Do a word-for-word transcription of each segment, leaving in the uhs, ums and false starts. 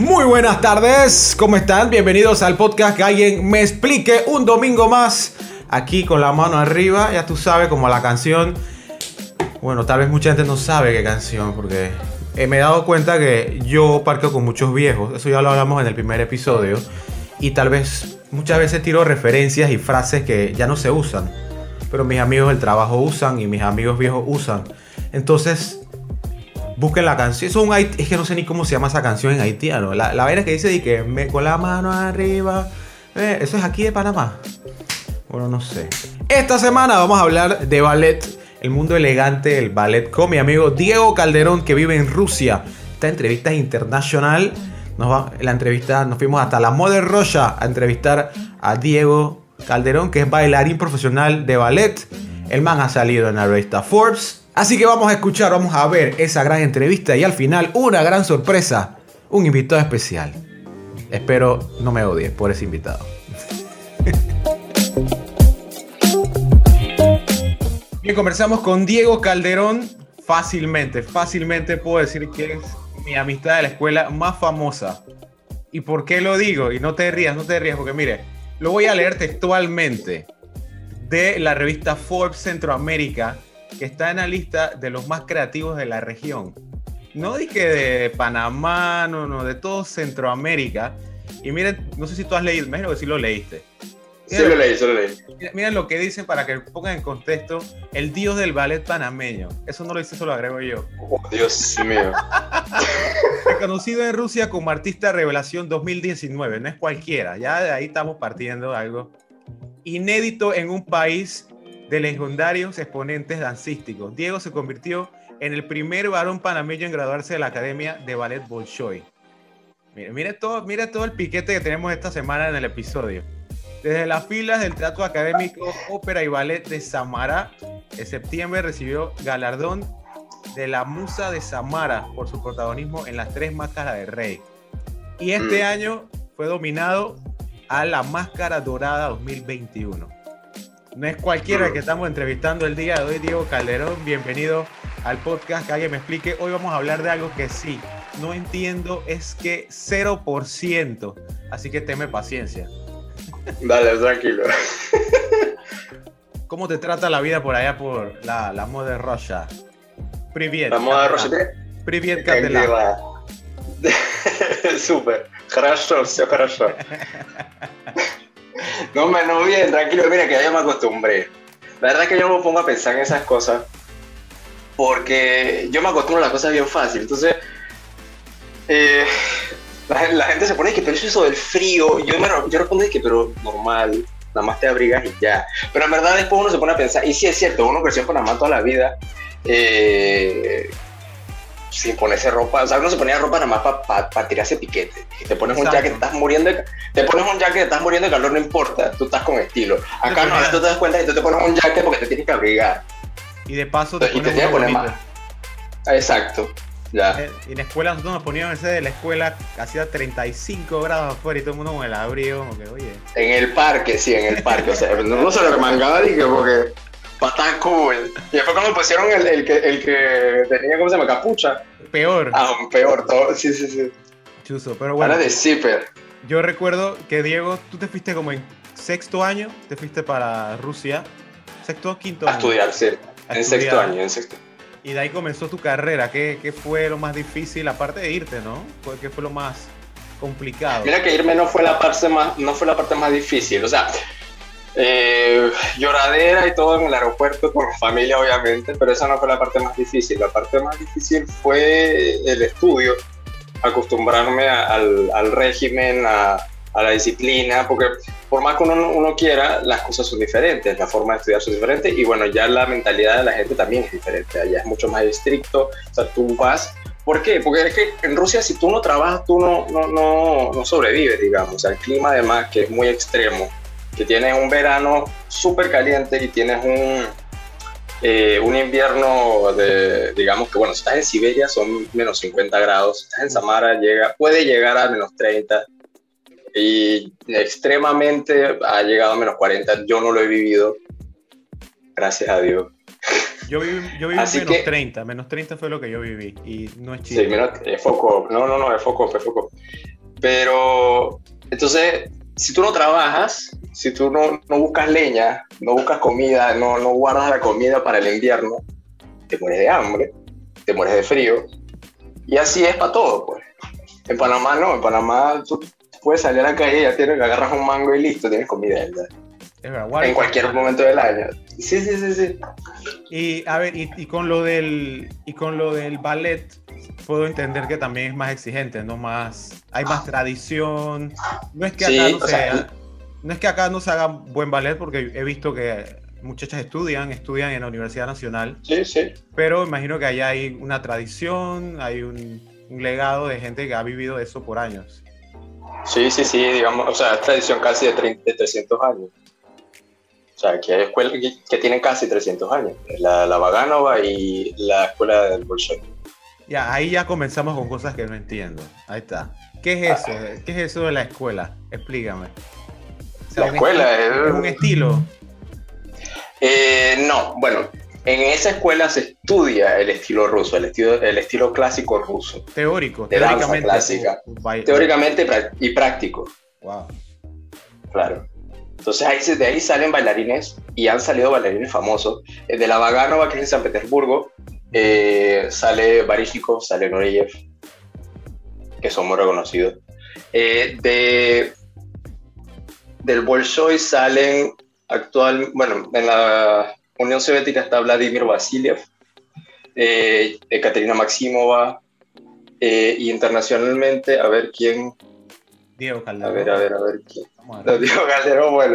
Muy buenas tardes, ¿cómo están? Bienvenidos al podcast Que Alguien Me Explique. Un domingo más, aquí con la mano arriba, ya tú sabes, como la canción. Bueno, tal vez mucha gente no sabe qué canción, porque eh, me he dado cuenta que yo parqueo con muchos viejos. Eso ya lo hablamos en el primer episodio. Y tal vez muchas veces tiro referencias y frases que ya no se usan, pero mis amigos del trabajo usan y mis amigos viejos usan. Entonces, busquen la canción. Eso es, un, es que no sé ni cómo se llama esa canción en haitiano. La, la vaina que dice de que me con la mano arriba. Eh, eso es aquí de Panamá. Bueno, no sé. Esta semana vamos a hablar de ballet. El mundo elegante del ballet con mi amigo Diego Calderón, que vive en Rusia. Esta entrevista es internacional. Nos va, en la entrevista nos fuimos hasta la Mother Russia a entrevistar a Diego Calderón, que es bailarín profesional de ballet. El man ha salido en la revista Forbes. Así que vamos a escuchar, vamos a ver esa gran entrevista y al final una gran sorpresa, un invitado especial. Espero no me odies por ese invitado. Bien, conversamos con Diego Calderón. Fácilmente, fácilmente puedo decir que es mi amistad de la escuela más famosa. ¿Y por qué lo digo? Y no te rías, no te rías, porque mire, lo voy a leer textualmente de la revista Forbes Centroamérica, que está en la lista de los más creativos de la región. No dije de Panamá, no, no, de todo Centroamérica. Y miren, no sé si tú has leído, me imagino que sí lo leíste. Miren, sí lo leí, sí lo leí. Miren, miren lo que dicen para que pongan en contexto: el dios del ballet panameño. Eso no lo dice, eso lo agrego yo. Oh, Dios mío. Reconocido en Rusia como artista revelación dos mil diecinueve, no es cualquiera, ya de ahí estamos partiendo algo. Inédito en un país de legendarios exponentes dancísticos. Diego se convirtió en el primer varón panameño en graduarse de la Academia de Ballet Bolshoi. Mire, mire, todo, mire todo el piquete que tenemos esta semana en el episodio. Desde las filas del Teatro Académico Ópera y Ballet de Samara, en septiembre recibió galardón de la Musa de Samara por su protagonismo en Las Tres Máscaras del Rey. Y este mm. año fue nominado a la Máscara Dorada dos mil veintiuno. No es cualquiera el que estamos entrevistando el día de hoy. Diego Calderón, bienvenido al podcast Que Alguien Me Explique. Hoy vamos a hablar de algo que sí, no entiendo, es que cero por ciento. Así que tenme paciencia. Dale, tranquilo. ¿Cómo te trata la vida por allá por la, la Mother Russia? Privet. La Mother Russia. Privet, Catela. Súper. Хорошо, все хорошо. No, me no bien, tranquilo, mira que ya me acostumbré. La verdad es que yo no me pongo a pensar en esas cosas porque yo me acostumbro a las cosas bien fácil. Entonces, eh, la, la gente se pone que, pero eso es eso del frío. Yo, me, yo respondo que, pero normal, nada más te abrigas y ya. Pero en verdad después uno se pone a pensar, y sí es cierto, uno creció en Panamá toda la vida, eh, sin ponerse ropa, o sea, uno se ponía ropa nada más para pa, pa tirarse piquete. Y te pones Exacto. un jacket, estás muriendo de, te pones un jacket, estás muriendo de calor, no importa, tú estás con estilo. Acá no, tú te das cuenta que tú te pones un jacket porque te tienes que abrigar. Y de paso te y te tienes que poner más. Exacto, ya. Y en la escuela nosotros nos poníamos ese de la escuela, hacía treinta y cinco grados afuera y todo el mundo con el abrigo, como que, oye. En el parque, sí, en el parque, o sea, no se lo remangaba ni que porque... Está cool. Y después cuando pusieron el, el, que, el que tenía, ¿cómo se llama? Capucha. Peor. Ah, peor. Todo. Sí, sí, sí. Chuzo, pero bueno. Ahora de zipper. Yo recuerdo que, Diego, tú te fuiste como en sexto año, te fuiste para Rusia. Sexto o quinto año. A estudiar, sí. A en estudiar. sexto año, en sexto. Y de ahí comenzó tu carrera. ¿Qué, qué fue lo más difícil? Aparte de irte, ¿no? ¿Qué fue lo más complicado? Mira que irme no fue la parte más, no fue la parte más difícil. O sea... Eh, lloradera y todo en el aeropuerto con la familia obviamente, pero esa no fue la parte más difícil. La parte más difícil fue el estudio, acostumbrarme a, al, al régimen, a, a la disciplina, porque por más que uno, uno quiera, las cosas son diferentes, la forma de estudiar es diferente y bueno, ya la mentalidad de la gente también es diferente, allá es mucho más estricto, o sea, tú vas... ¿Por qué? Porque es que en Rusia si tú no trabajas, tú no, no, no, no sobrevives, digamos, o sea, el clima además que es muy extremo, que tienes un verano súper caliente y tienes un, eh, un invierno de, digamos que, bueno, si estás en Siberia son menos cincuenta grados, si estás en Samara llega, puede llegar a menos treinta y extremadamente ha llegado a menos cuarenta, yo no lo he vivido, gracias a Dios. Yo viví, yo viví Así menos que, treinta, menos treinta fue lo que yo viví y no es chiste. sí, mira, es foco, no, no, no, es foco, es foco. Pero, entonces, si tú no trabajas, si tú no, no buscas leña, no buscas comida, no, no guardas la comida para el invierno, te mueres de hambre, te mueres de frío, y así es para todo, pues. En Panamá no, en Panamá tú puedes salir a la calle y ya tienes, agarras un mango y listo, tienes comida, ¿verdad? Es verdad, guarda- En cualquier momento del año. Sí, sí, sí, sí. Y a ver, y, y con lo del y con lo del ballet, puedo entender que también es más exigente, no más, hay más tradición. No es que acá Sí, no o se, sea, no es que acá no se haga buen ballet, porque he visto que muchachas estudian, estudian en la Universidad Nacional, sí, sí. pero imagino que allá hay una tradición, hay un, un legado de gente que ha vivido eso por años. Sí, sí, sí, digamos, o sea, es tradición casi de, treinta, de trescientos años. O sea, aquí hay escuelas que, que tienen casi trescientos años. La, la Vaganova y la escuela del Bolshoi. Ya, ahí ya comenzamos con cosas que no entiendo. Ahí está. ¿Qué es eso? ¿Qué es eso de la escuela? Explícame. O sea, La un escuela esti- es... es un estilo. Eh, no, bueno, en esa escuela se estudia el estilo ruso, el estilo, el estilo clásico ruso, Teórico, de danza teóricamente. clásica, o- o bail- teóricamente pra- y práctico, Wow. claro. Entonces ahí, se- de ahí salen bailarines y han salido bailarines famosos. Eh, De la Vaganova, que es en San Petersburgo, eh, sale Baryshnikov, sale Nureyev, que son muy reconocidos. Eh, de, del Bolshoi salen actual, bueno, en la Unión Soviética está Vladimir Vasiliev, eh, Ekaterina Maximova, eh, y internacionalmente, a ver quién, Diego a Calderón. ver, a ver, a ver quién. Vamos a Lo ver. dijo Calderón, bueno.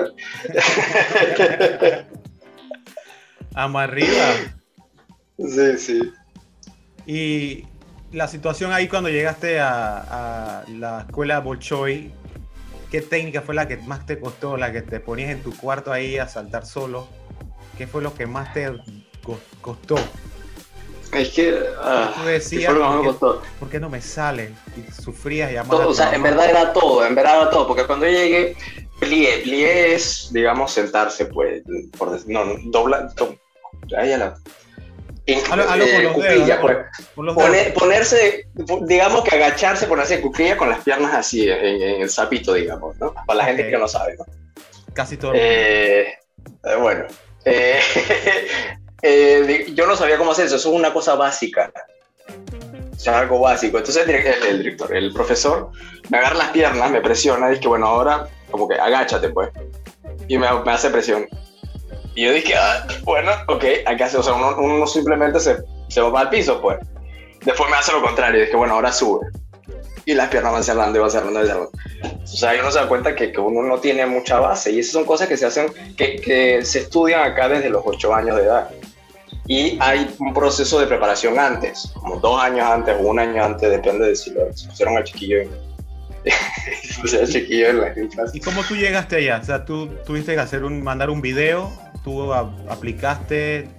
Vamos arriba. Sí, sí. Y la situación ahí cuando llegaste a, a la escuela Bolshoi, ¿qué técnica fue la que más te costó? La que te ponías en tu cuarto ahí a saltar solo. ¿Qué fue lo que más te co- costó? Es que, ah, Tú ¿qué decías, fue lo que más ¿por me qué, costó? por qué no me sale? Y sufrías y llamabas Todo, a o tu sea, en mamá. verdad era todo, en verdad era todo, porque cuando yo llegué, plié, plié es, digamos, sentarse, pues, por decir, no, dobla, do, ahí a la, en, Hazlo, hazlo con eh, los cuclilla, dedos, hazlo pues, con, con los Pone- dedos. ponerse, digamos que agacharse, ponerse en cuclilla con las piernas así, en, en el sapito, digamos, ¿no? Para la gente Ok. que no sabe, ¿no? Casi todo el mundo. Eh, eh, bueno, eh, eh, di- yo no sabía cómo hacer eso, eso es una cosa básica. O sea, algo básico. Entonces el, direc- el- el director, el profesor, me agarra las piernas, me presiona y dice que bueno, ahora como que agáchate pues. Y me, me hace presión. Y yo dije, ah, bueno, ok, hay que hacer, o sea, uno, uno simplemente se, se va al piso pues. Después me hace lo contrario, y dije, bueno, ahora sube. Y las piernas van cerrando y van cerrando y cerrando. O sea, ahí uno se da cuenta que, que uno no tiene mucha base. Y esas son cosas que se hacen, que, que se estudian acá desde los ocho años de edad. Y hay un proceso de preparación antes, como dos años antes o un año antes, depende de si lo si pusieron al chiquillo en, si pusieron al chiquillo en la en clase. ¿Y cómo tú llegaste allá? O sea, tú tuviste que hacer un, mandar un video, tú a- aplicaste.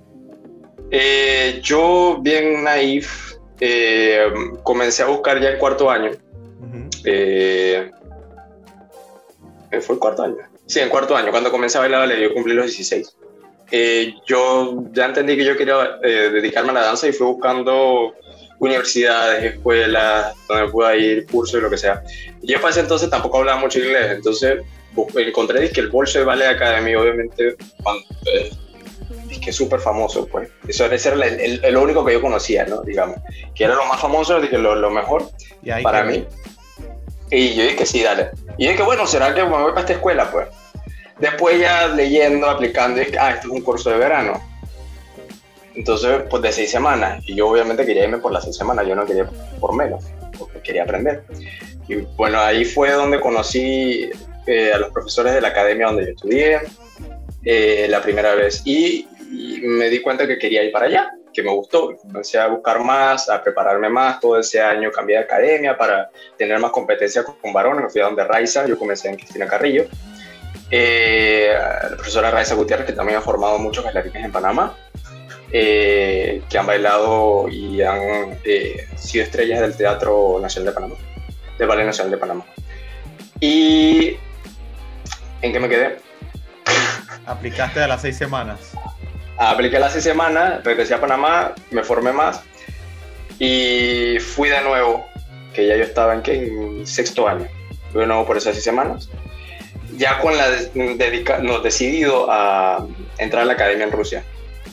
Eh, yo, bien naif, eh, comencé a buscar ya en cuarto año. Ujú. Eh, ¿Fue el cuarto año? Sí, en cuarto año, cuando comencé a bailar ballet, yo cumplí los dieciséis. Eh, yo ya entendí que yo quería eh, dedicarme a la danza y fui buscando universidades, escuelas, donde pueda ir, cursos y lo que sea. Y yo para ese entonces tampoco hablaba mucho inglés, entonces busqué- encontré que el Bolshoi Ballet Academy, obviamente, cuando, eh, es que es súper famoso, pues. Eso ese era el, el, el único que yo conocía, ¿no? Digamos, que era lo más famoso, dije, lo, lo mejor Y ahí para quedó. mí. Y yo dije, sí, dale. Y yo dije, bueno, ¿será que me voy para esta escuela, pues? Después ya leyendo, aplicando, dije, ah, esto es un curso de verano. Entonces, pues de seis semanas. Y yo obviamente quería irme por las seis semanas, yo no quería por menos, porque quería aprender. Y bueno, ahí fue donde conocí eh, a los profesores de la academia donde yo estudié eh, la primera vez. Y, y me di cuenta que quería ir para allá, que me gustó. Comencé a buscar más, a prepararme más. Todo ese año cambié de academia para tener más competencia con, con varones. Me fui a donde Raiza, yo comencé en Cristina Carrillo. Eh, la profesora Raiza Gutiérrez, que también ha formado muchos bailarines en Panamá, eh, que han bailado y han eh, sido estrellas del Teatro Nacional de Panamá, del Ballet Nacional de Panamá. ¿Y en qué me quedé? Aplicaste a las seis semanas. apliqué las seis semanas, regresé a Panamá, me formé más y fui de nuevo, que ya yo estaba en, ¿qué? En sexto año. Fui de nuevo por esas seis semanas. Ya con la dedica, no, decidido a entrar a la academia en Rusia.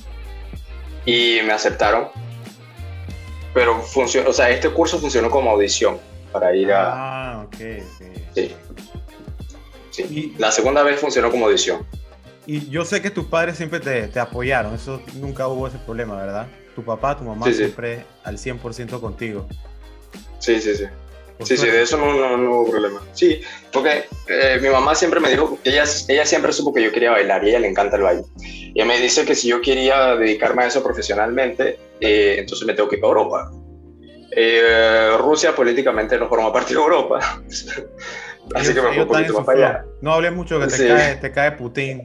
Y me aceptaron. Pero funcionó, o sea, este curso funcionó como audición para ir a... Ah, ok, ok. Sí. Sí. Y, la segunda vez funcionó como audición. Y yo sé que tus padres siempre te, te apoyaron, eso nunca hubo ese problema, ¿verdad? Tu papá, tu mamá Sí, sí. siempre al cien por ciento contigo. Sí, sí, sí. Por Sí, sí, suerte. de eso no, no, no hubo problema. Sí, porque eh, mi mamá siempre me dijo que ella, ella siempre supo que yo quería bailar y a ella le encanta el baile. Y ella me dice que si yo quería dedicarme a eso profesionalmente, eh, entonces me tengo que ir a Europa. Eh, Rusia políticamente no forma parte de Europa. Así Ellos- que me fui ellos un poquito están en más su para allá. flow. No hables mucho que te, Sí. cae, te cae Putin.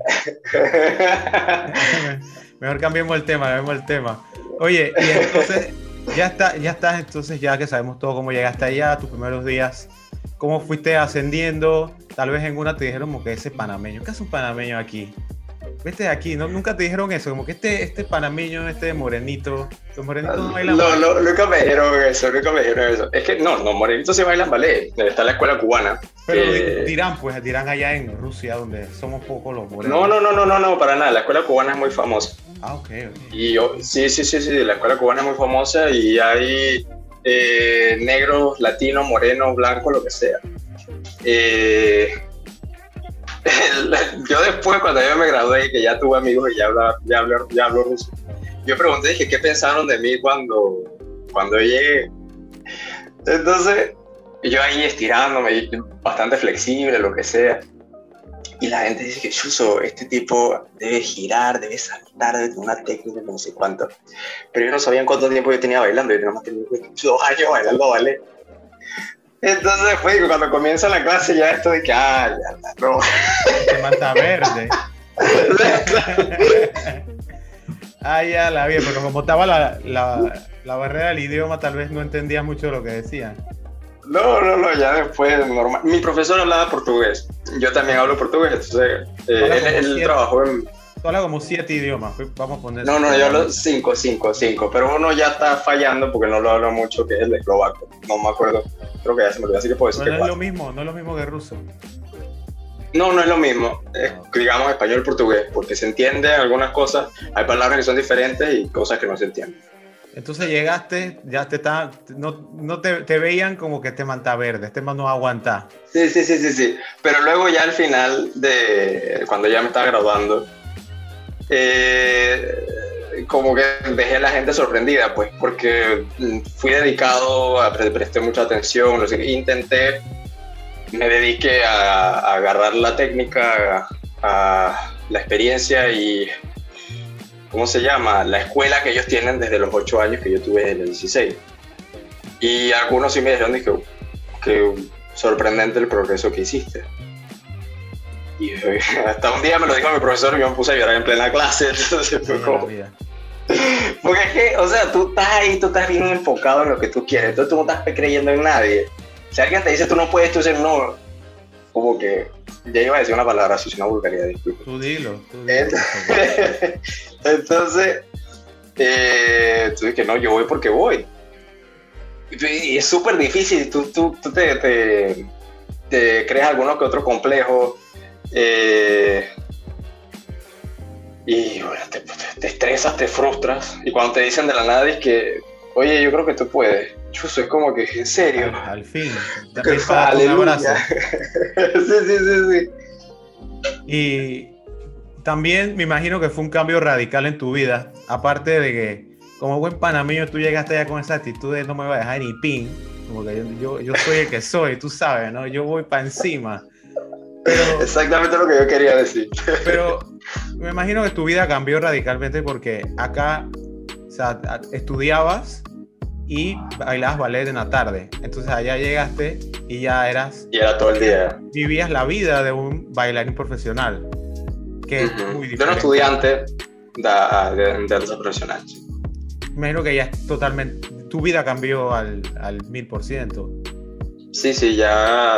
Mejor cambiemos el tema, cambiemos el tema. Oye, y entonces, ya está, ya estás, entonces ya que sabemos todo cómo llegaste allá, tus primeros días, cómo fuiste ascendiendo, tal vez en una te dijeron como que ese panameño, ¿qué hace un panameño aquí? Vete de aquí, ¿no? Nunca te dijeron eso, como que este, este panameño, este morenito, los morenitos no bailan No, ballet. no, nunca me dijeron eso, nunca me dijeron eso. Es que no, no, morenitos se bailan ballet. Está la escuela cubana. Pero que- di- dirán, pues, dirán allá en Rusia, donde somos pocos los morenos. No, no, no, no, no, no, para nada. La escuela cubana es muy famosa. Ah, ok, ok. Y yo, sí, sí, sí, sí, la escuela cubana es muy famosa y hay eh, negros, latinos, morenos, blancos, lo que sea. Eh, yo después, cuando yo me gradué, que ya tuve amigos y ya hablo, ya hablo, ya hablo ruso, yo pregunté, dije, ¿qué pensaron de mí cuando, cuando llegué? Entonces, yo ahí estirándome, bastante flexible, lo que sea. Y la gente dice que Chuzo, este tipo debe girar, debe saltar, debe tener una técnica, no sé cuánto. Pero yo no sabía cuánto tiempo yo tenía bailando, yo tenía más tenido dos años bailando ballet. Entonces fue que cuando comienza la clase ya esto de que, ah, ya, no. De manta verde. Ah, ya la vi, pero como estaba la, la, la barrera del idioma, tal vez no entendía mucho lo que decían. No, no, no, ya después normal. Mi profesor hablaba portugués, yo también hablo portugués, entonces eh, Habla él, como él siete. trabajó en... Tú hablas como siete idiomas, vamos a poner. No, no, yo hablo cinco, cinco, cinco, pero uno ya está fallando porque no lo hablo mucho, que es el eslovaco, no me acuerdo, creo que ya se me olvidó, así que puedo decir No, que no es cuatro. lo mismo, no es lo mismo que ruso. No, no es lo mismo, es, digamos, español-portugués, porque se entienden algunas cosas, hay palabras que son diferentes y cosas que no se entienden. Entonces llegaste, ya te está, no, no te, te veían como que este manta verde, este man no aguanta. Sí, sí, sí, sí, sí, pero luego ya al final de, cuando ya me estaba graduando, eh, como que dejé a la gente sorprendida, pues, porque fui dedicado, a, pre- presté mucha atención, no sé qué, intenté, me dediqué a, a agarrar la técnica, a, a la experiencia y, ¿cómo se llama? La escuela que ellos tienen desde los ocho años que yo tuve desde los dieciséis. Y algunos sí me dijeron, dije, que sorprendente el progreso que hiciste. Y eh, hasta un día me lo dijo mi profesor y yo me puse a llorar en plena clase. Entonces fue Toda como... la vida. Porque es que, o sea, tú estás ahí, tú estás bien enfocado en lo que tú quieres, entonces tú no estás creyendo en nadie. Si alguien te dice tú no puedes, tú dices no. Como que, ya iba a decir una palabra, así una vulgaridad, disculpe. Tú dilo, tú dilo. Entonces, eh, tú dices que no, yo voy porque voy. Y es súper difícil, tú, tú, tú te, te, te creas alguno que otro complejo. Eh, y bueno, te, te estresas, te frustras. Y cuando te dicen de la nada es que, oye, yo creo que tú puedes. Chuzo, es como que, ¿en serio? Al, al fin. Que Dame un abrazo. aleluya. Sí, sí, sí, sí. Y también me imagino que fue un cambio radical en tu vida. Aparte de que, como buen panameño, tú llegaste allá con esa actitud de no me voy a dejar ni pin. Como que yo, yo, yo soy el que soy, tú sabes, ¿no? Yo voy para encima. Pero, Exactamente lo que yo quería decir. pero me imagino que tu vida cambió radicalmente porque acá, o sea, a- estudiabas y bailabas ballet en la tarde. Entonces allá llegaste y ya eras, Y era todo el día. vivías la vida de un bailarín profesional. Que es Ujú. muy De un diferente. estudiante de, de, de danza profesional. Me imagino que ya es totalmente, tu vida cambió al, al mil por ciento. Sí, sí, ya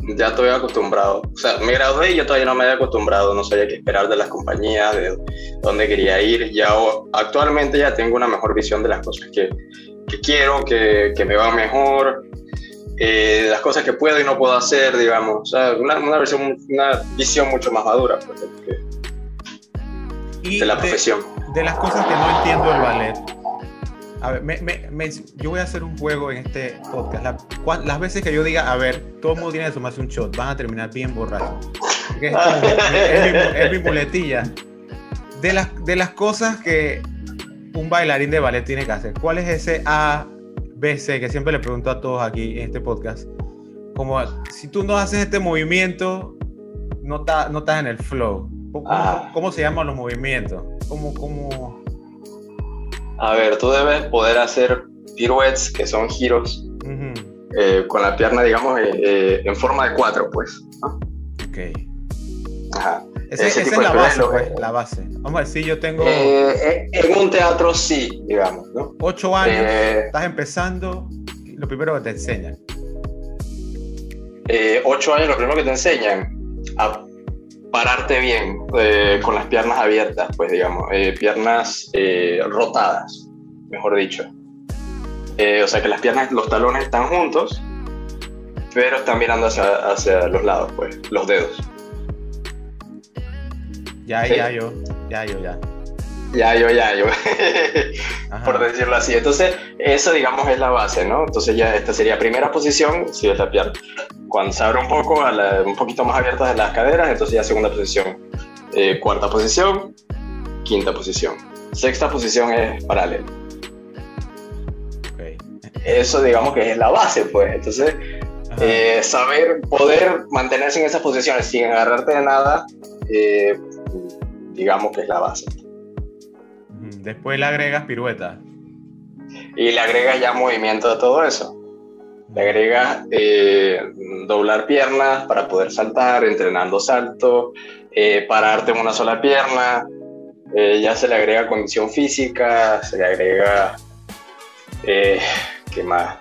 ya estoy acostumbrado. O sea, me gradué y yo todavía no me había acostumbrado, no sabía qué esperar de las compañías, de dónde quería ir. Ya actualmente ya tengo una mejor visión de las cosas que, que quiero, que, que me van mejor, eh, las cosas que puedo y no puedo hacer, digamos. O sea, una, una, versión, una visión mucho más madura pues, de, y de la de, profesión. De las cosas que no entiendo del ballet. A ver, me, me, me, yo voy a hacer un juego en este podcast. La, las veces que yo diga, a ver, todo el mundo tiene que tomarse un shot, van a terminar bien borrachos. Es, como, es, mi, es mi muletilla. De las, de las cosas que un bailarín de ballet tiene que hacer, ¿cuál es ese A, B, C que siempre le pregunto a todos aquí en este podcast? Como, si tú no haces este movimiento, no, ta, no estás en el flow. ¿Cómo, ah. ¿Cómo se llaman los movimientos? ¿Cómo, cómo... A ver, tú debes poder hacer pirouettes, que son giros, uh-huh. eh, con la pierna, digamos, eh, eh, en forma de cuatro, pues, ¿no? Ok. Ajá. Ese, esa es la base, pues, la base. Vamos a ver, si yo tengo... Eh, en un teatro sí, digamos, ¿no? Ocho años, eh, estás empezando, lo primero que te enseñan. Eh, ocho años, lo primero que te enseñan, a pararte bien, eh, con las piernas abiertas, pues digamos, eh, piernas eh, rotadas, mejor dicho. Eh, o sea que las piernas, los talones están juntos, pero están mirando hacia, hacia los lados, pues, los dedos. Ya, ¿sí? ya, yo, ya, yo, ya. Ya, yo, ya, yo, por decirlo así. Entonces, eso, digamos, es la base, ¿no? Entonces ya esta sería primera posición, si es la pierna. Cuando se abre un poco, a la, un poquito más abiertas de las caderas, entonces ya segunda posición. Eh, cuarta posición, quinta posición. Sexta posición es paralelo. Okay. Eso, digamos, que es la base, pues. Entonces, eh, saber poder mantenerse en esas posiciones sin agarrarte de nada, eh, digamos que es la base. Después le agregas pirueta. Y le agregas ya movimiento a todo eso. Le agregas eh, doblar piernas para poder saltar, entrenando salto, eh, pararte en una sola pierna. Eh, ya se le agrega condición física, se le agrega... Eh, ¿qué más?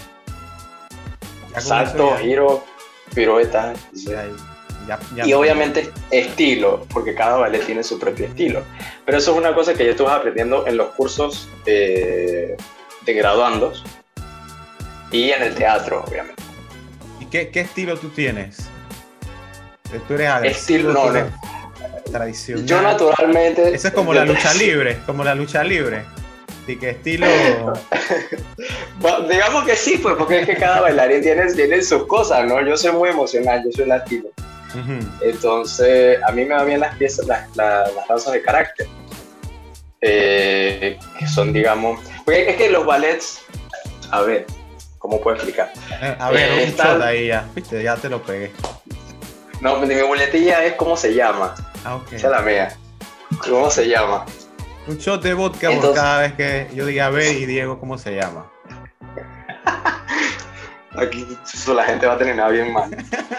Salto, giro, pirueta. Ya, ya, ya, y obviamente estilo, porque cada ballet tiene su propio estilo. Pero eso es una cosa que ya tú vas aprendiendo en los cursos eh, de graduandos y en el teatro, obviamente. ¿Y qué, qué estilo tú tienes? ¿Tú eres agresivo? Estilo, no, no. Tradicional. Yo naturalmente... Eso es como la lucha libre, como la lucha libre. ¿Y qué estilo? Bueno, digamos que sí, pues, porque es que cada bailarín tiene, tiene sus cosas, ¿no? Yo soy muy emocional, yo soy latino. Uh-huh. Entonces, a mí me van bien las piezas, las, las, las danzas de carácter. Eh, que son, digamos... Porque es que los ballets... A ver, ¿cómo puedo explicar? Eh, a ver, eh, un están... shot ahí ya. Viste, ya te lo pegué. No, mi boletilla es cómo se llama. Ah, ok. Esa es la mía. ¿Cómo se llama? Un shot de vodka. Entonces, por cada vez que yo diga a ver y Diego, ¿cómo se llama? Aquí la gente va a terminar bien mal.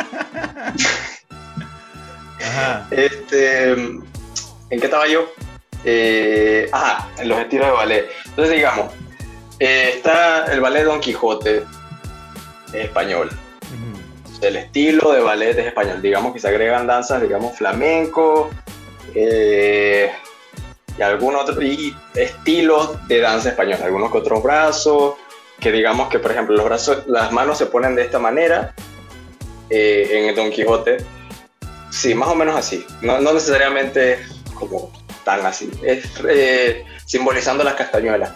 Ajá. Este, ¿en qué estaba yo? Eh, ajá, en los estilos de ballet. Entonces, digamos, eh, está el ballet Don Quijote español. Uh-huh. El estilo de ballet es español. Digamos que se agregan danzas, digamos, flamenco, eh, y algún otro y estilos de danza española, algunos que otros brazos, que digamos que por ejemplo los brazos, las manos se ponen de esta manera eh, en el Don Quijote, sí, más o menos así, no, no necesariamente como tan así, es eh, simbolizando las castañuelas,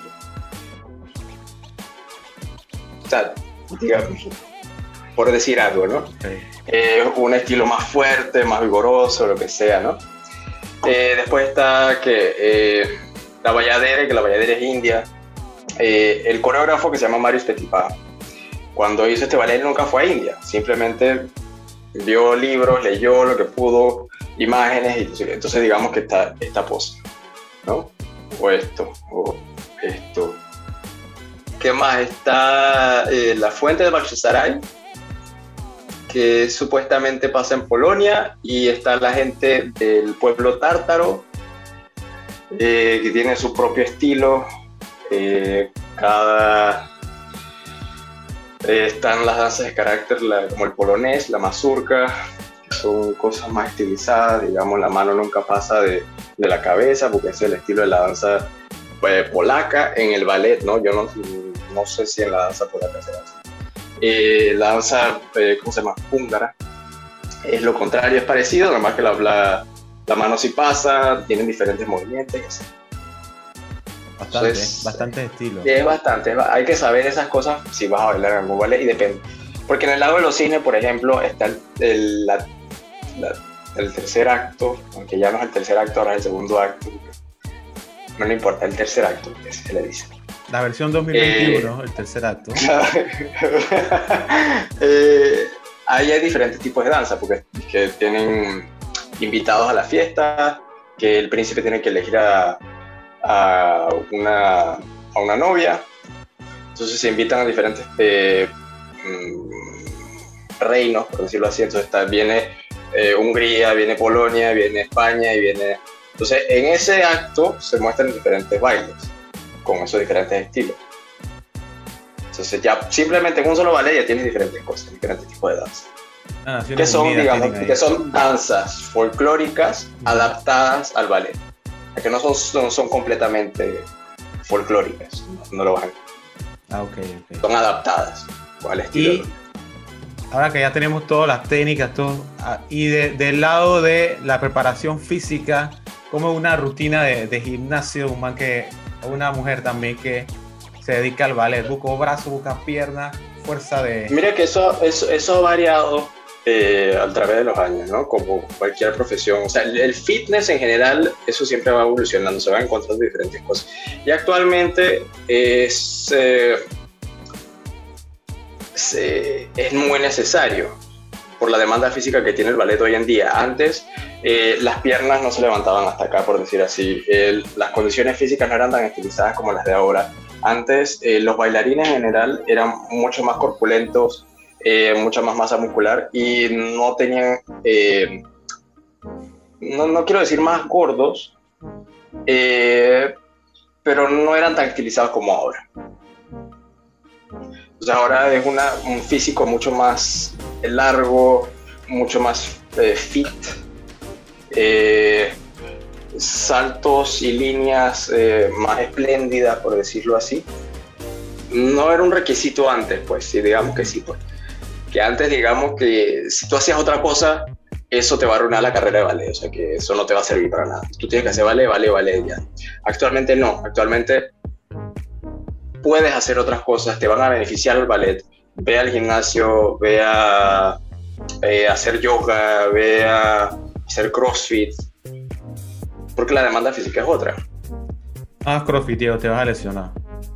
o sea, digamos, por decir algo, ¿no? Okay. Eh, un estilo más fuerte, más vigoroso, lo que sea, ¿no? Eh, después está que eh, la bayadera, que la bayadera es india. Eh, el coreógrafo, que se llama Marius Petipa, cuando hizo este ballet nunca fue a India, simplemente vio libros, leyó lo que pudo, imágenes, y entonces digamos que está esta pose, ¿no? O esto, o esto. ¿Qué más? Está eh, la fuente de Bakhchisaray, que supuestamente pasa en Polonia, y está la gente del pueblo tártaro, eh, que tiene su propio estilo. Eh, cada, Eh, están las danzas de carácter, la, como el polonés, la mazurca, que son cosas más estilizadas, digamos, la mano nunca pasa de, de la cabeza, porque ese es el estilo de la danza eh, polaca en el ballet, ¿no? Yo no, no sé si en la danza polaca se danza. Eh, la danza, eh, ¿cómo se llama? Húngara. Es lo contrario, es parecido, nada más que la, la, la mano sí pasa, tienen diferentes movimientos y así. Bastante, Entonces, bastante estilo. Es bastante, hay que saber esas cosas si vas a bailar en algún ballet y depende. Porque en el lado de los cines, por ejemplo, está el, el, la, la, el tercer acto, aunque ya no es el tercer acto, ahora es el segundo acto. No le importa, el tercer acto, que se le dice. La versión dos mil veintiuno, eh, el tercer acto. eh, ahí hay diferentes tipos de danza, porque que tienen invitados a la fiesta, que el príncipe tiene que elegir a, a, una, a una novia. Entonces se invitan a diferentes eh, reinos, por decirlo así. Entonces está, viene eh, Hungría, viene Polonia, viene España y viene... Entonces en ese acto se muestran diferentes bailes con esos diferentes estilos. Entonces ya simplemente en un solo ballet ya tienes diferentes cosas, diferentes tipos de danza. Ah, que son, digamos, que son danzas folclóricas uh-huh. adaptadas al ballet. Que no son, no son completamente folclóricas, no, no lo van a... Ah, ok, ok. Son adaptadas al estilo. Y ahora que ya tenemos todas las técnicas, todo, y de, del lado de la preparación física, como una rutina de, de gimnasio, un man que, una mujer también que se dedica al ballet, busca brazos, busca piernas, fuerza de... Mira que eso, eso, eso ha variado eh, a través de los años, ¿no? Como cualquier profesión. O sea, el, el fitness en general, eso siempre va evolucionando, se va encontrando diferentes cosas. Y actualmente es, eh, es, eh, es muy necesario por la demanda física que tiene el ballet hoy en día. Antes eh, las piernas no se levantaban hasta acá, por decir así. El, las condiciones físicas no eran tan estilizadas como las de ahora. Antes eh, los bailarines en general eran mucho más corpulentos, eh, mucha más masa muscular y no tenían, eh, no, no quiero decir más gordos, eh, pero no eran tan estilizados como ahora. O sea, ahora es una, un físico mucho más largo, mucho más eh, fit, eh, saltos y líneas eh, más espléndidas, por decirlo así. No era un requisito antes, pues, sí, digamos que sí, pues. Que antes, digamos que si tú hacías otra cosa, eso te va a arruinar la carrera de ballet, o sea que eso no te va a servir para nada. Tú tienes que hacer ballet, ballet, ballet, ya. Actualmente no, actualmente puedes hacer otras cosas, te van a beneficiar el ballet. Ve al gimnasio, ve a eh, hacer yoga, ve a hacer crossfit, porque la demanda física es otra. Ah, crossfit, tío, te vas a lesionar.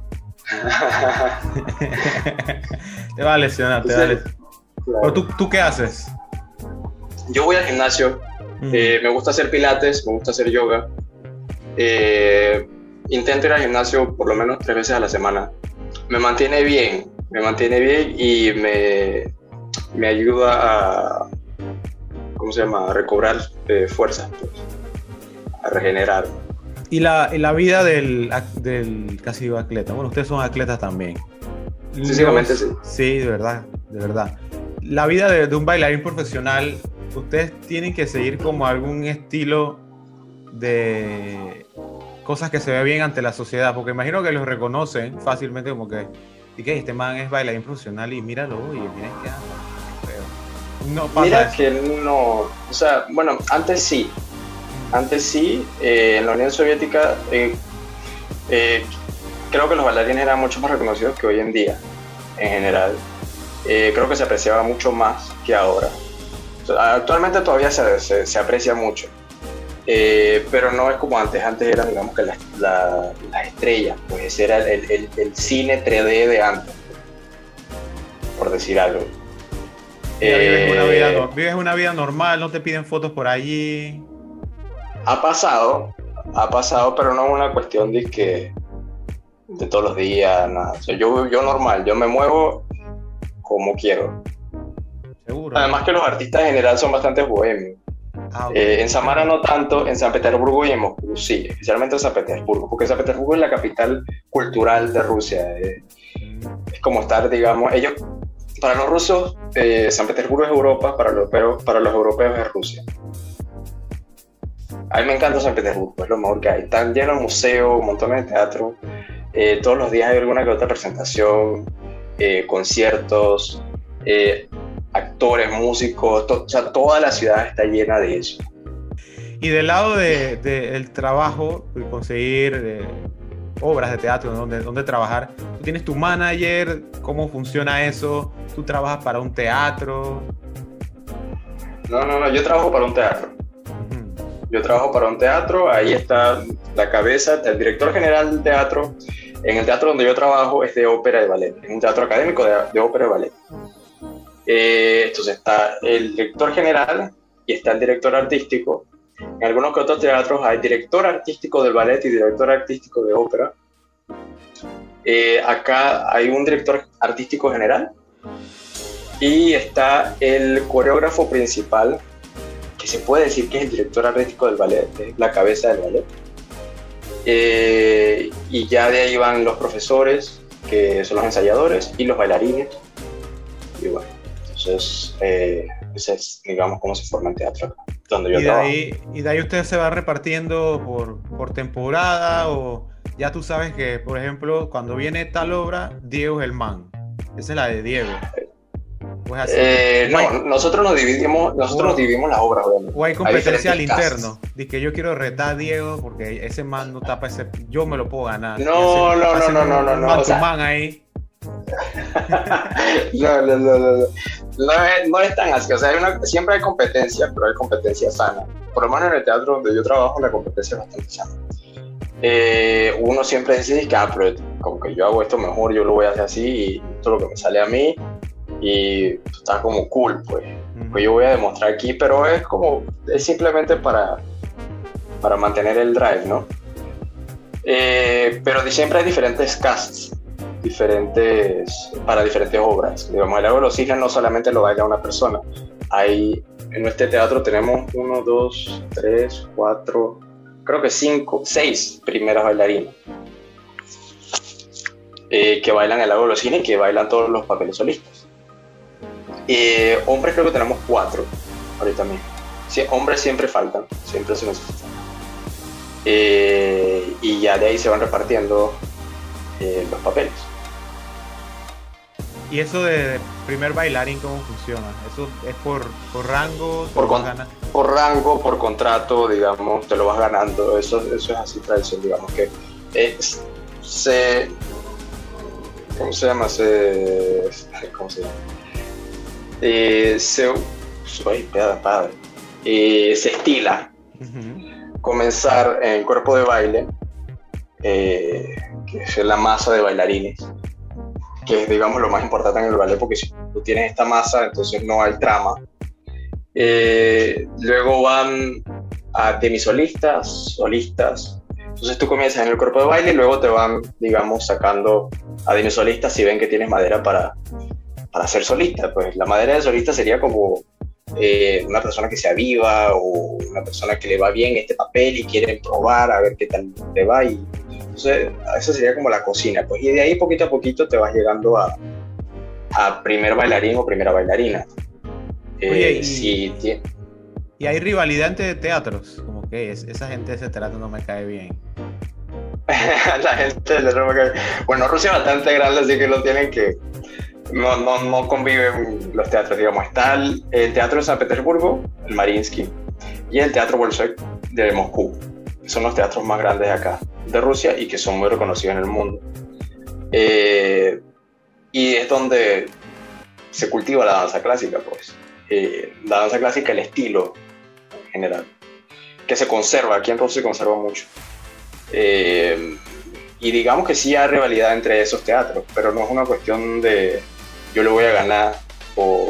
Te vas a lesionar, te vas a lesionar. Claro. ¿Tú, ¿Tú qué haces? Yo voy al gimnasio, mm. eh, me gusta hacer pilates, me gusta hacer yoga. Eh, intento ir al gimnasio por lo menos tres veces a la semana. Me mantiene bien, me mantiene bien y me, me ayuda a, ¿cómo se llama? A recobrar eh, fuerzas, pues, a regenerar. ¿Y la, y la vida del, del casi digo atleta? Bueno, ustedes son atletas también. Físicamente sí. Sí, de verdad, de verdad. La vida de, de un bailarín profesional, ustedes tienen que seguir como algún estilo de cosas que se ve bien ante la sociedad, porque imagino que los reconocen fácilmente como que, y que este man es bailarín profesional y míralo, oye, miren qué anda. No pasa Mira eso. que no, o sea, bueno, antes sí, antes sí, eh, en la Unión Soviética eh, eh, creo que los bailarines eran mucho más reconocidos que hoy en día, en general. Eh, creo que se apreciaba mucho más que ahora. O sea, actualmente todavía se, se, se aprecia mucho. Eh, pero no es como antes, antes eran, digamos, que las la, la estrellas, pues ese era el, el, el cine tres D de antes, por decir algo. Eh, vives, una vida, vives una vida normal, no te piden fotos por allí. Ha pasado, ha pasado, pero no es una cuestión de que de todos los días, nada. O sea, yo, yo normal, yo me muevo como quiero. Seguro. Además que los artistas en general son bastante bohemios. Ah, okay. eh, en Samara no tanto, en San Petersburgo y en Moscú sí, especialmente en San Petersburgo, porque San Petersburgo es la capital cultural de Rusia. Eh, es como estar, digamos, ellos para los rusos, eh, San Petersburgo es Europa, para los, europeos, para los europeos es Rusia. A mí me encanta San Petersburgo, es lo mejor que hay. Están llenos de museos, montones de teatro. Eh, todos los días hay alguna que otra presentación, eh, conciertos, eh, actores, músicos, to- o sea, toda la ciudad está llena de eso. Y del lado del de, de trabajo, de conseguir eh, obras de teatro, ¿no? donde, donde trabajar, tú tienes tu manager, ¿cómo funciona eso? ¿Tú trabajas para un teatro? No, no, no, yo trabajo para un teatro. Uh-huh. Yo trabajo para un teatro, ahí está la cabeza, el director general del teatro. En el teatro donde yo trabajo es de ópera y ballet, es un teatro académico de, de ópera y ballet. Eh, entonces está el director general y está el director artístico. En algunos que otros teatros hay director artístico del ballet y director artístico de ópera. Eh, acá hay un director artístico general y está el coreógrafo principal, que se puede decir que es el director artístico del ballet, es la cabeza del ballet. Eh, y ya de ahí van los profesores, que son los ensayadores, y los bailarines. Y bueno, entonces, eh, ese es, digamos, cómo se forma el teatro acá, donde yo Y de trabajo. ahí, y de ahí usted se va repartiendo por, por temporada, o ya tú sabes que, por ejemplo, cuando viene tal obra, Diego es el man. Esa es la de Diego. Pues así. Eh, O hay- no, nosotros nos dividimos, nosotros o- nos dividimos las obras, obviamente. O hay competencia al diferentes interno. Dice que yo quiero retar a Diego porque ese man no tapa ese. Yo me lo puedo ganar. No, Y no, no, hacen no, un- no, no, un no, man o to sea- man ahí. No, no, no, no, no. No es, no es tan así. O sea, hay una, siempre hay competencia, pero hay competencia sana. Por lo menos en el teatro donde yo trabajo, la competencia es bastante sana. Eh, uno siempre dice que, ah, pero como que yo hago esto mejor, yo lo voy a hacer así, y esto es lo que me sale a mí, y está como cool, pues. Ujú. Pues yo voy a demostrar aquí, pero es como, es simplemente para, para mantener el drive, ¿no? Eh, pero de- siempre hay diferentes casts, diferentes, para diferentes obras. Digamos, el lago de los cisnes no solamente lo baila una persona. Hay, en este teatro tenemos uno, dos, tres, cuatro, creo que cinco, seis primeras bailarinas eh, que bailan el lago de los cisnes y que bailan todos los papeles solistas. Eh, hombres creo que tenemos cuatro ahorita mismo. Sí, hombres siempre faltan, siempre se necesitan. Eh, y ya de ahí se van repartiendo eh, los papeles. Y eso de primer bailarín, ¿cómo funciona? ¿Eso es por, por rango? Por, ¿Te con, ganas? por rango, por contrato, digamos, te lo vas ganando. Eso, eso es así tradición, digamos que es, se... ¿Cómo se llama? Se, ¿Cómo se llama? Eh, se... Ay, pedada, padre. Eh, se estila Uh-huh. comenzar en cuerpo de baile, eh, que es la masa de bailarines, que es, digamos, lo más importante en el ballet, porque si tú tienes esta masa, entonces no hay trama. Eh, luego van a demisolistas, solistas. Entonces tú comienzas en el cuerpo de baile y luego te van, digamos, sacando a demisolistas si ven que tienes madera para, para ser solista. Pues la madera de solista sería como eh, una persona que se aviva o una persona que le va bien este papel y quieren probar a ver qué tal le va. Y entonces eso sería como la cocina. Pues, y de ahí poquito a poquito te vas llegando a, a primer bailarín o primera bailarina. Oye, Eh, y- si tiene... Y hay rivalidad entre teatros. Como que es, esa gente de ese teatro no me cae bien. La gente del otro me cae- Bueno, Rusia es bastante grande, así que no tienen que... No, no, no conviven los teatros, digamos. Está el, el Teatro de San Petersburgo, el Mariinsky, y el Teatro Bolshoi de Moscú. Que son los teatros más grandes de acá, de Rusia, y que son muy reconocidos en el mundo. Eh, y es donde se cultiva la danza clásica, pues. Eh, la danza clásica, el estilo en general, que se conserva, aquí en Rusia se conserva mucho. Eh, y digamos que sí hay rivalidad entre esos teatros, pero no es una cuestión de yo le voy a ganar o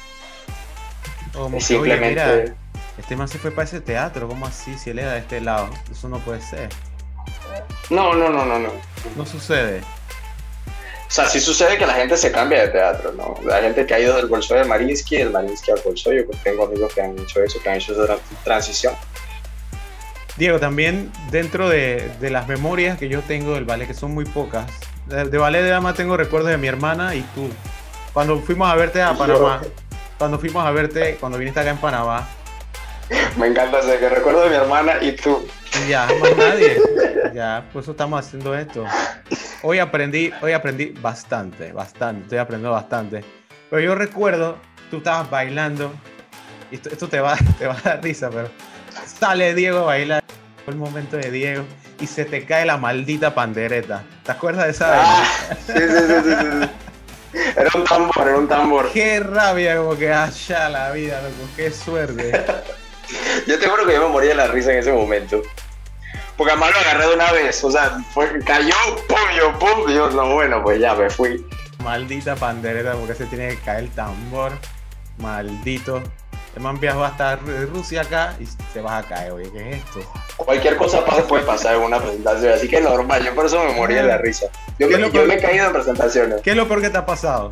Como que, simplemente... oye, mira, este man se fue para ese teatro, ¿cómo así? Si él era de este lado, eso no puede ser. No, no, no, no, no. No sucede. O sea, sí sucede que la gente se cambia de teatro, ¿no? La gente que ha ido del Bolshoi al Mariinsky, del Mariinsky al Bolshoi, yo pues tengo amigos que han hecho eso, que han hecho esa transición. Diego, también dentro de, de las memorias que yo tengo del ballet, que son muy pocas, de, de ballet de dama tengo recuerdos de mi hermana y tú. Cuando fuimos a verte a Panamá, cuando fuimos a verte, cuando viniste acá en Panamá. Me encanta ese que recuerdo de mi hermana y tú. Y ya, más nadie. Ya, por eso estamos haciendo esto. Hoy aprendí, hoy aprendí bastante, bastante, estoy aprendiendo bastante. Pero yo recuerdo, tú estabas bailando, y esto, esto te, va, te va a dar risa, pero sale Diego a bailar, fue el momento de Diego, y se te cae la maldita pandereta. ¿Te acuerdas de esa vez? Ah, sí, sí, sí, sí, sí. Era un tambor, era un tambor. Qué rabia, como que allá la vida, loco, qué suerte. Yo te juro que yo me moría de la risa en ese momento. Porque además lo agarré de una vez, o sea, fue, cayó, pum, yo, pum, y yo, no, bueno, pues ya me fui. Maldita pandereta, porque se tiene que caer el tambor, maldito. El man viajó hasta Rusia acá y se va a caer, oye, ¿qué es esto? Cualquier cosa puede pasar en una presentación, así que es normal, yo por eso me moría de la risa. Yo, me, yo me he caído en presentaciones. ¿Qué es lo peor que te ha pasado?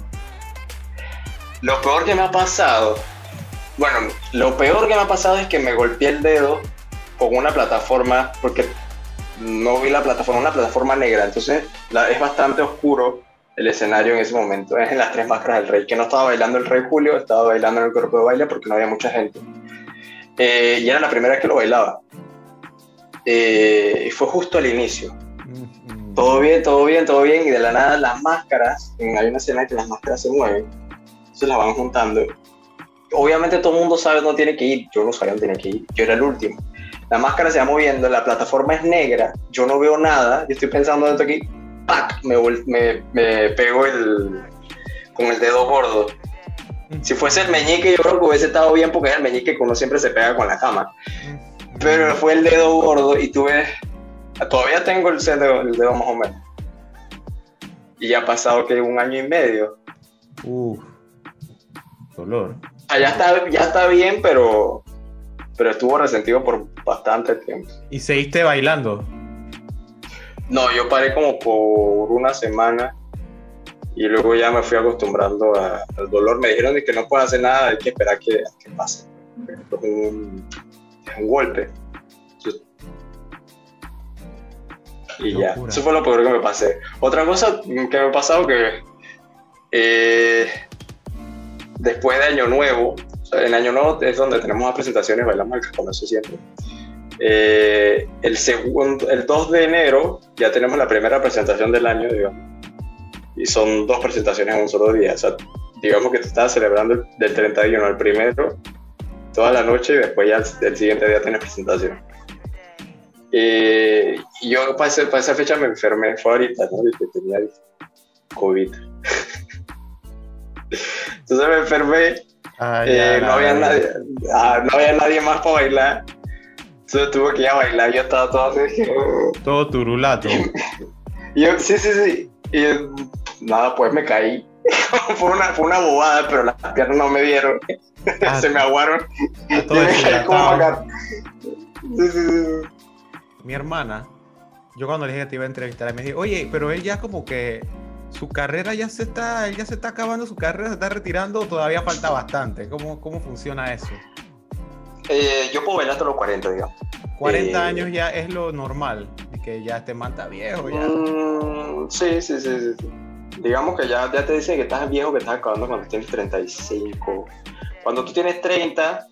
Lo peor que me ha pasado, bueno, lo peor que me ha pasado es que me golpeé el dedo con una plataforma, porque no vi la plataforma, una plataforma negra, entonces la, es bastante oscuro el escenario en ese momento, es en las tres máscaras del rey, que no estaba bailando el Rey Julio, estaba bailando en el cuerpo de baile porque no había mucha gente. Eh, y era la primera vez que lo bailaba. Eh, y fue justo al inicio. Mm-hmm. Todo bien, todo bien, todo bien, y de la nada las máscaras, en, hay una escena en que las máscaras se mueven, se las van juntando. Obviamente todo el mundo sabe dónde tiene que ir, yo no sabía dónde tenía que ir, yo era el último. La máscara se va moviendo, la plataforma es negra, yo no veo nada, yo estoy pensando dentro aquí, ¡pac! Me, me, me pego el, con el dedo gordo. Si fuese el meñique, yo creo que hubiese estado bien porque es el meñique que uno siempre se pega con la cama. Pero fue el dedo gordo y tuve, todavía tengo el dedo, el dedo más o menos. Y ya ha pasado que un año y medio. Uff, dolor. O sea, ya está, ya está bien, pero, pero estuvo resentido por bastante tiempo. ¿Y seguiste bailando? No, yo paré como por una semana y luego ya me fui acostumbrando a, al dolor. Me dijeron que no puedo hacer nada, hay que esperar que, que pase. Es un, es un golpe. Y ya, eso fue lo peor que me pasé. Otra cosa que me ha pasado que eh, después de Año Nuevo, o sea, en Año Nuevo es donde tenemos las presentaciones, bailamos el conoce siempre. Eh, el, segundo, el dos de enero ya tenemos la primera presentación del año, digamos, y son dos presentaciones en un solo día. O sea, digamos que te estás celebrando el, del treinta y uno al primero toda la noche y después ya el, el siguiente día tienes presentación. Eh, y yo para, ese, para esa fecha me enfermé, fue ahorita, ¿no? Y que tenía el COVID. Entonces me enfermé, ah, eh, ya, no, había nadie, ah, no había nadie más para bailar. Entonces tuve que ir a bailar, yo estaba todo así. Todo turulato. Y yo, sí, sí, sí. Y nada, pues me caí. fue, una, fue una bobada, pero las piernas no me dieron. Ah, se me aguaron. Y me caí como acá. Sí, sí, sí. Mi hermana, yo cuando le dije que te iba a entrevistar, me dije, oye, pero él ya como que su carrera ya se está, él ya se está acabando su carrera, se está retirando, o todavía falta bastante. ¿Cómo, cómo funciona eso? Eh, yo puedo bailar hasta los cuarenta, digamos. cuarenta eh, años ya es lo normal, que ya este man está viejo. Ya. Mm, sí, sí, sí, sí, sí. Digamos que ya, ya te dicen que estás viejo, que estás acabando cuando tienes treinta y cinco. Cuando tú tienes treinta,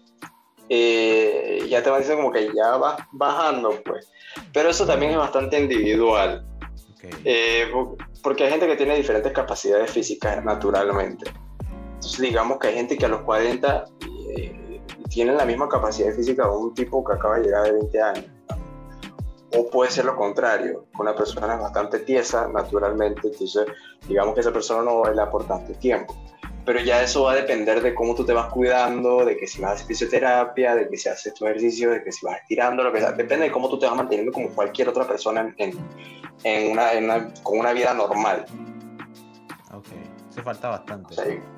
eh, ya te van diciendo como que ya vas bajando, pues. Pero eso también es bastante individual. Okay. Eh, porque hay gente que tiene diferentes capacidades físicas naturalmente. Entonces digamos que hay gente que a los cuarenta eh, tiene la misma capacidad física de un tipo que acaba de llegar de veinte años. O puede ser lo contrario, una persona es bastante tiesa naturalmente, entonces digamos que esa persona no baila por tanto tiempo. Pero ya eso va a depender de cómo tú te vas cuidando, de que si vas a hacer fisioterapia, de que si haces tu ejercicio, de que si vas estirando, lo que sea. Depende de cómo tú te vas manteniendo como cualquier otra persona en, en una, en una, con una vida normal. Ok, se falta bastante. O sea,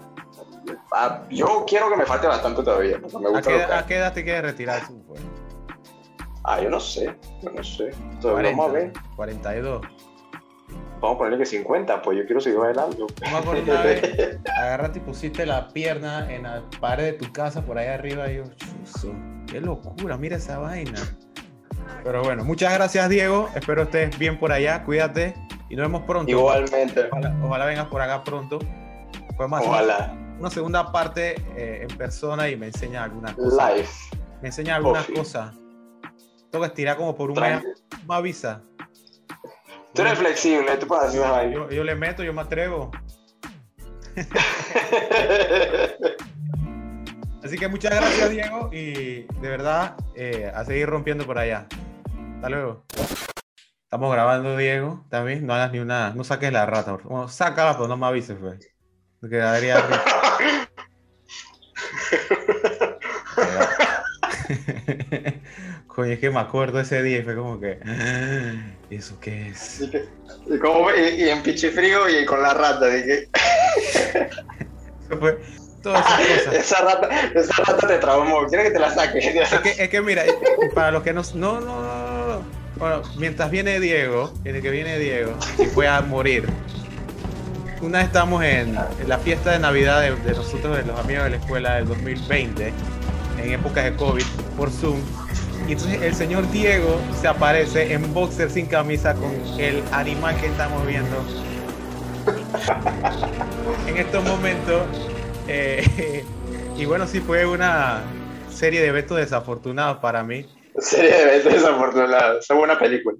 yo quiero que me falte bastante todavía, porque me gusta. ¿A qué, ¿a qué edad te quieres retirar tú, pues? Ah, yo no sé, yo no sé. Entonces, cuarenta, vamos a ver. cuarenta y dos. Vamos a ponerle que cincuenta, pues yo quiero seguir bailando. Vamos a poner una vez, agarraste y pusiste la pierna en la pared de tu casa por ahí arriba y yo, chuzo, qué locura, mira esa vaina. Pero bueno, muchas gracias Diego, espero estés bien por allá, cuídate y nos vemos pronto. Igualmente. Ojalá, ojalá vengas por acá pronto. podemos hacer Ojalá. una segunda parte eh, en persona y me enseña algunas cosas. Live. Me enseña algunas Coffee. cosas. Tengo que estirar como por un mes. Tranqui. Me avisa. Tú eres flexible, tú puedes hacer una vaina. Yo, yo le meto, yo me atrevo. Así que muchas gracias, Diego, y de verdad eh, a seguir rompiendo por allá. Hasta luego. Estamos grabando, Diego, también. No hagas ni una, no saques la rata. Por favor. Bueno, sácala, pero no me avises, pues. Me quedaría rico. Coño, es que me acuerdo ese día y fue como que, ¿y eso qué es? Y, que- y como- y- y en pichifrío y con la rata. Dije, Eso fue todas esas cosas. esa rata, esa rata te traumó. ¿Quieres que te la saque? Es que, es que mira, para los que no, no, no, no, no. Bueno, mientras viene Diego, desde que viene Diego y fue a morir. Una vez estamos en, en la fiesta de Navidad de, de nosotros, de los amigos de la escuela del dos mil veinte, en épocas de COVID, por Zoom. Y entonces el señor Diego se aparece en boxer sin camisa con el animal que estamos viendo. En estos momentos. Eh, y bueno, sí fue una serie de eventos desafortunados para mí. Serie de eventos desafortunados. Es buena película.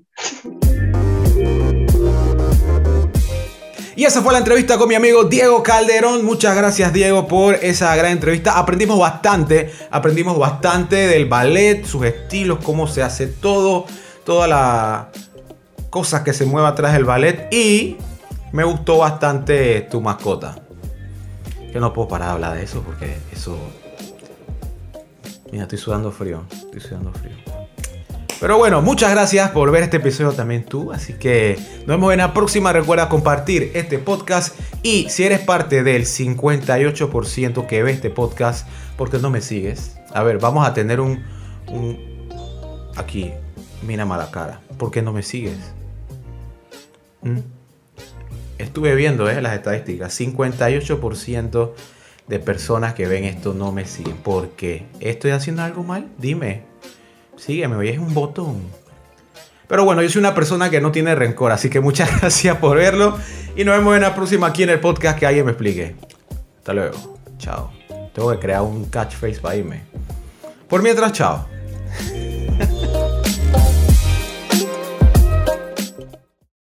Y esa fue la entrevista con mi amigo Diego Calderón. Muchas gracias, Diego, por esa gran entrevista. Aprendimos bastante, aprendimos bastante del ballet, sus estilos, cómo se hace todo, toda la cosas que se mueve atrás del ballet. Y me gustó bastante tu mascota. Yo no puedo parar de hablar de eso porque eso... Mira, estoy sudando frío, estoy sudando frío. Pero bueno, muchas gracias por ver este episodio también tú. Así que nos vemos en la próxima. Recuerda compartir este podcast. Y si eres parte del cincuenta y ocho por ciento que ve este podcast, ¿por qué no me sigues? A ver, vamos a tener un... un... Aquí, mira mala cara. ¿Por qué no me sigues? ¿Mm? Estuve viendo eh, las estadísticas. cincuenta y ocho por ciento de personas que ven esto no me siguen. ¿Por qué? ¿Estoy haciendo algo mal? Dime. Sígueme, hoy es un botón. Pero bueno, yo soy una persona que no tiene rencor, así que muchas gracias por verlo. Y nos vemos en la próxima aquí en el podcast que alguien me explique. Hasta luego. Chao. Tengo que crear un catchphrase para irme. Por mientras, chao.